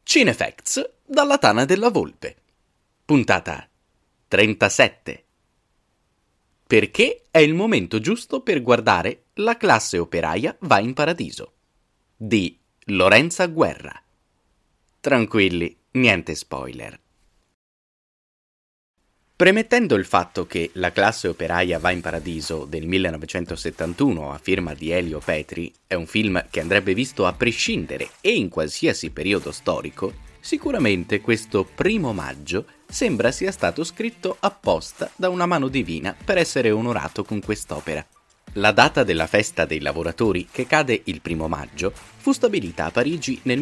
Cinefacts dalla Tana della Volpe. Puntata 37. Perché è il momento giusto per guardare La classe operaia va in paradiso di Lorenza Guerra. Tranquilli, niente spoiler. Premettendo il fatto che La classe operaia va in paradiso del 1971 a firma di Elio Petri è un film che andrebbe visto a prescindere e in qualsiasi periodo storico, sicuramente questo 1 maggio sembra sia stato scritto apposta da una mano divina per essere onorato con quest'opera. La data della festa dei lavoratori, che cade il 1 maggio, fu stabilita a Parigi nel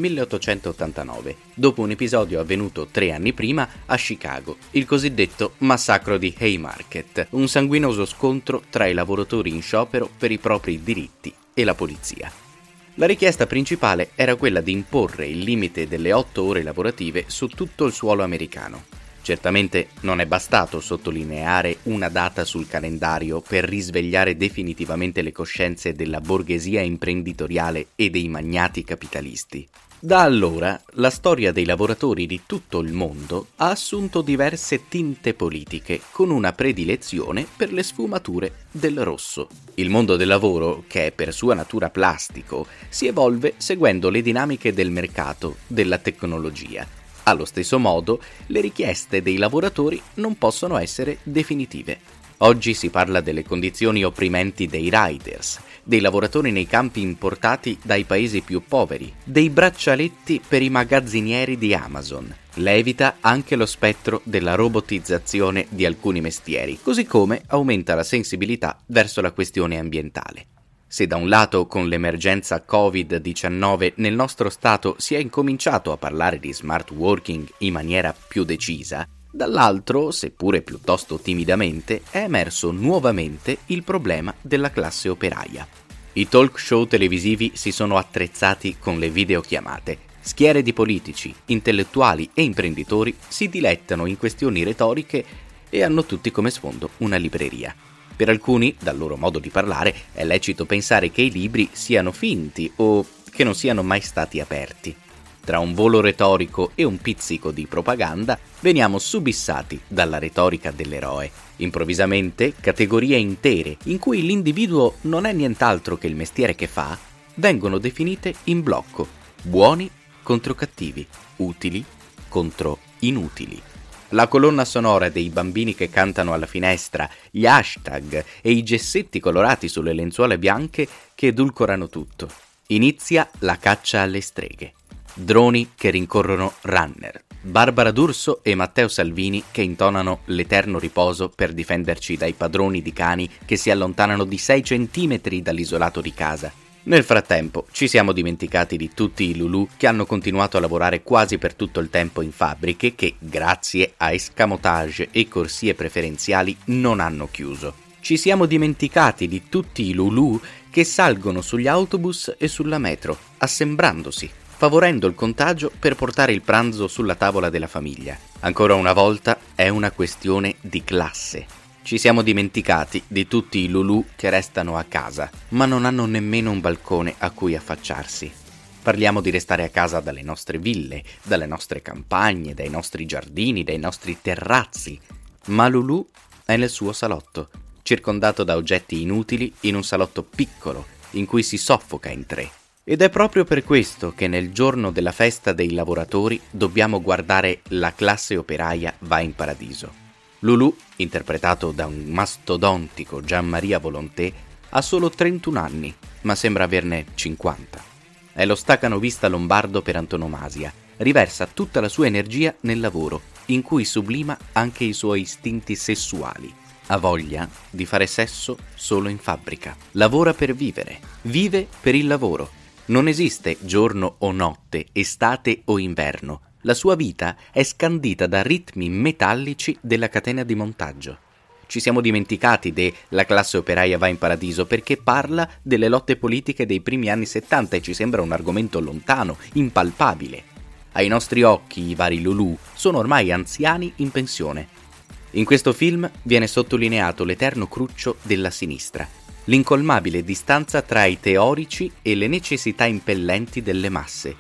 1889, dopo un episodio avvenuto 3 anni prima a Chicago, il cosiddetto massacro di Haymarket, un sanguinoso scontro tra i lavoratori in sciopero per i propri diritti e la polizia. La richiesta principale era quella di imporre il limite delle 8 ore lavorative su tutto il suolo americano. Certamente non è bastato sottolineare una data sul calendario per risvegliare definitivamente le coscienze della borghesia imprenditoriale e dei magnati capitalisti. Da allora, la storia dei lavoratori di tutto il mondo ha assunto diverse tinte politiche, con una predilezione per le sfumature del rosso. Il mondo del lavoro, che è per sua natura plastico, si evolve seguendo le dinamiche del mercato, della tecnologia. Allo stesso modo, le richieste dei lavoratori non possono essere definitive. Oggi si parla delle condizioni opprimenti dei riders, dei lavoratori nei campi importati dai paesi più poveri, dei braccialetti per i magazzinieri di Amazon. Levita anche lo spettro della robotizzazione di alcuni mestieri, così come aumenta la sensibilità verso la questione ambientale. Se da un lato con l'emergenza Covid-19 nel nostro Stato si è incominciato a parlare di smart working in maniera più decisa, dall'altro, seppure piuttosto timidamente, è emerso nuovamente il problema della classe operaia. I talk show televisivi si sono attrezzati con le videochiamate. Schiere di politici, intellettuali e imprenditori si dilettano in questioni retoriche e hanno tutti come sfondo una libreria. Per alcuni, dal loro modo di parlare, è lecito pensare che i libri siano finti o che non siano mai stati aperti. Tra un volo retorico e un pizzico di propaganda, veniamo subissati dalla retorica dell'eroe. Improvvisamente, categorie intere, in cui l'individuo non è nient'altro che il mestiere che fa, vengono definite in blocco: buoni contro cattivi, utili contro inutili. La colonna sonora dei bambini che cantano alla finestra, gli hashtag e i gessetti colorati sulle lenzuola bianche che edulcorano tutto. Inizia la caccia alle streghe. Droni che rincorrono runner. Barbara D'Urso e Matteo Salvini che intonano l'eterno riposo per difenderci dai padroni di cani che si allontanano di 6 centimetri dall'isolato di casa. Nel frattempo ci siamo dimenticati di tutti i Lulù che hanno continuato a lavorare quasi per tutto il tempo in fabbriche che, grazie a escamotage e corsie preferenziali, non hanno chiuso. Ci siamo dimenticati di tutti i Lulù che salgono sugli autobus e sulla metro, assembrandosi, favorendo il contagio per portare il pranzo sulla tavola della famiglia. Ancora una volta è una questione di classe. Ci siamo dimenticati di tutti i Lulù che restano a casa, ma non hanno nemmeno un balcone a cui affacciarsi. Parliamo di restare a casa dalle nostre ville, dalle nostre campagne, dai nostri giardini, dai nostri terrazzi. Ma Lulù è nel suo salotto, circondato da oggetti inutili in un salotto piccolo, in cui si soffoca in 3. Ed è proprio per questo che nel giorno della festa dei lavoratori dobbiamo guardare La classe operaia va in paradiso. Lulù, interpretato da un mastodontico Gianmaria Volonté, ha solo 31 anni, ma sembra averne 50. È lo stacanovista lombardo per antonomasia, riversa tutta la sua energia nel lavoro, in cui sublima anche i suoi istinti sessuali. Ha voglia di fare sesso solo in fabbrica. Lavora per vivere, vive per il lavoro. Non esiste giorno o notte, estate o inverno. La sua vita è scandita da ritmi metallici della catena di montaggio. Ci siamo dimenticati La classe operaia va in paradiso perché parla delle lotte politiche dei primi anni 70 e ci sembra un argomento lontano, impalpabile. Ai nostri occhi i vari Lulù sono ormai anziani in pensione. In questo film viene sottolineato l'eterno cruccio della sinistra, l'incolmabile distanza tra i teorici e le necessità impellenti delle masse.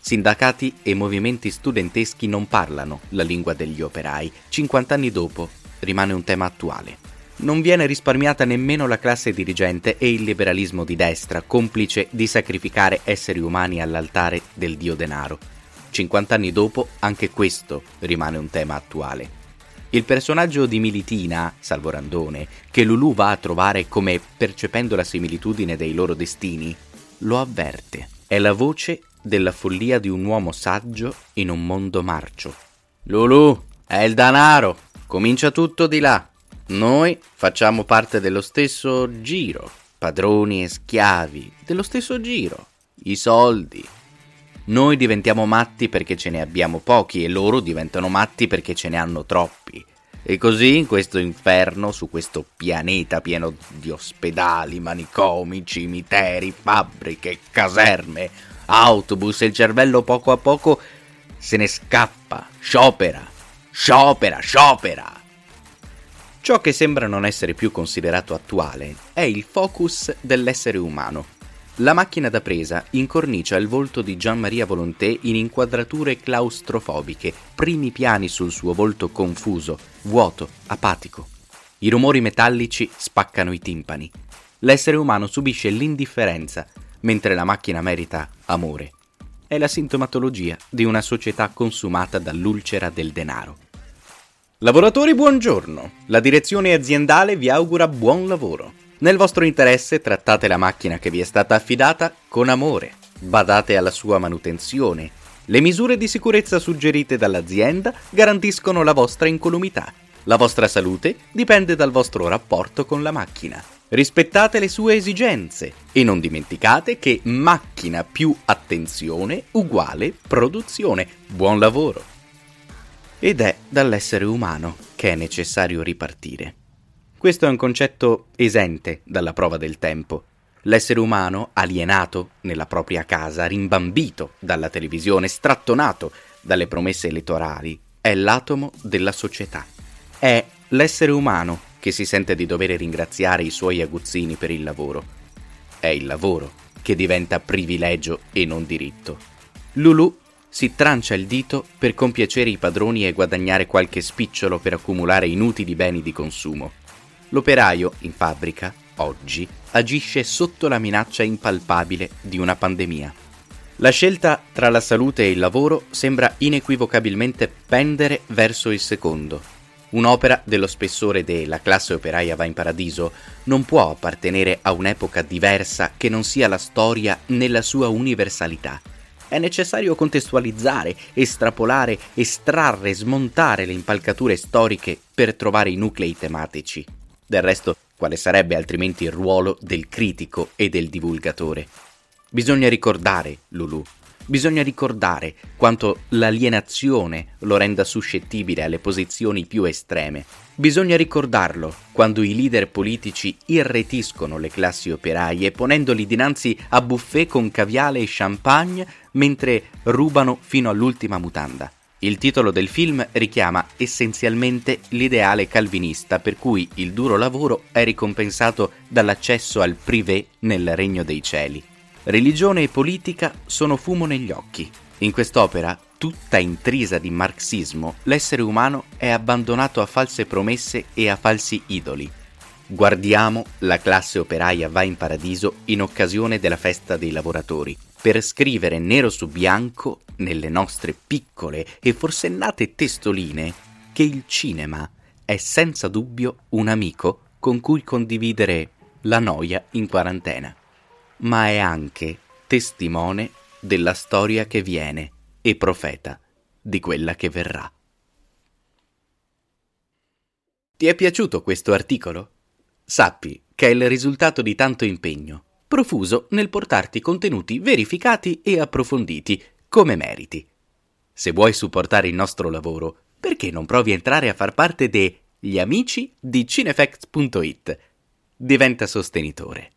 Sindacati e movimenti studenteschi non parlano la lingua degli operai. 50 anni dopo rimane un tema attuale. Non viene risparmiata nemmeno la classe dirigente e il liberalismo di destra, complice di sacrificare esseri umani all'altare del dio denaro. 50 anni dopo anche questo rimane un tema attuale. Il personaggio di Militina, Salvo Randone, che Lulù va a trovare come percependo la similitudine dei loro destini, lo avverte. È la voce della follia di un uomo saggio in un mondo marcio. Lulù, è il denaro, comincia tutto di là. Noi facciamo parte dello stesso giro, padroni e schiavi, dello stesso giro, i soldi. Noi diventiamo matti perché ce ne abbiamo pochi e loro diventano matti perché ce ne hanno troppi. E così in questo inferno, su questo pianeta pieno di ospedali, manicomi, cimiteri, fabbriche, caserme, autobus, il cervello poco a poco se ne scappa, sciopera. Ciò che sembra non essere più considerato attuale è il focus dell'essere umano. La macchina da presa incornicia il volto di Gian-Maria Volonté in inquadrature claustrofobiche, primi piani sul suo volto confuso, vuoto, apatico. I rumori metallici spaccano i timpani. L'essere umano subisce l'indifferenza, mentre la macchina merita amore. È la sintomatologia di una società consumata dall'ulcera del denaro. Lavoratori, buongiorno! La direzione aziendale vi augura buon lavoro. Nel vostro interesse trattate la macchina che vi è stata affidata con amore. Badate alla sua manutenzione. Le misure di sicurezza suggerite dall'azienda garantiscono la vostra incolumità. La vostra salute dipende dal vostro rapporto con la macchina. Rispettate le sue esigenze e non dimenticate che macchina più attenzione uguale produzione. Buon lavoro! Ed è dall'essere umano che è necessario ripartire. Questo è un concetto esente dalla prova del tempo. L'essere umano, alienato nella propria casa, rimbambito dalla televisione, strattonato dalle promesse elettorali, è l'atomo della società. È l'essere umano che si sente di dover ringraziare i suoi aguzzini per il lavoro. È il lavoro che diventa privilegio e non diritto. Lulù si trancia il dito per compiacere i padroni e guadagnare qualche spicciolo per accumulare inutili beni di consumo. L'operaio in fabbrica, oggi, agisce sotto la minaccia impalpabile di una pandemia. La scelta tra la salute e il lavoro sembra inequivocabilmente pendere verso il secondo. Un'opera dello spessore de La classe operaia va in paradiso non può appartenere a un'epoca diversa che non sia la storia nella sua universalità. È necessario contestualizzare, estrapolare, estrarre, smontare le impalcature storiche per trovare i nuclei tematici. Del resto, quale sarebbe altrimenti il ruolo del critico e del divulgatore? Bisogna ricordare Lulù. Bisogna ricordare quanto l'alienazione lo renda suscettibile alle posizioni più estreme. Bisogna ricordarlo quando i leader politici irretiscono le classi operaie ponendoli dinanzi a buffet con caviale e champagne mentre rubano fino all'ultima mutanda. Il titolo del film richiama essenzialmente l'ideale calvinista per cui il duro lavoro è ricompensato dall'accesso al privé nel regno dei cieli. Religione e politica sono fumo negli occhi. In quest'opera, tutta intrisa di marxismo, l'essere umano è abbandonato a false promesse e a falsi idoli. Guardiamo La classe operaia va in paradiso in occasione della festa dei lavoratori, per scrivere nero su bianco, nelle nostre piccole e forsennate testoline, che il cinema è senza dubbio un amico con cui condividere la noia in quarantena. Ma è anche testimone della storia che viene e profeta di quella che verrà. Ti è piaciuto questo articolo? Sappi che è il risultato di tanto impegno, profuso nel portarti contenuti verificati e approfonditi, come meriti. Se vuoi supportare il nostro lavoro, perché non provi a entrare a far parte degli amici di Cinefacts.it? Diventa sostenitore.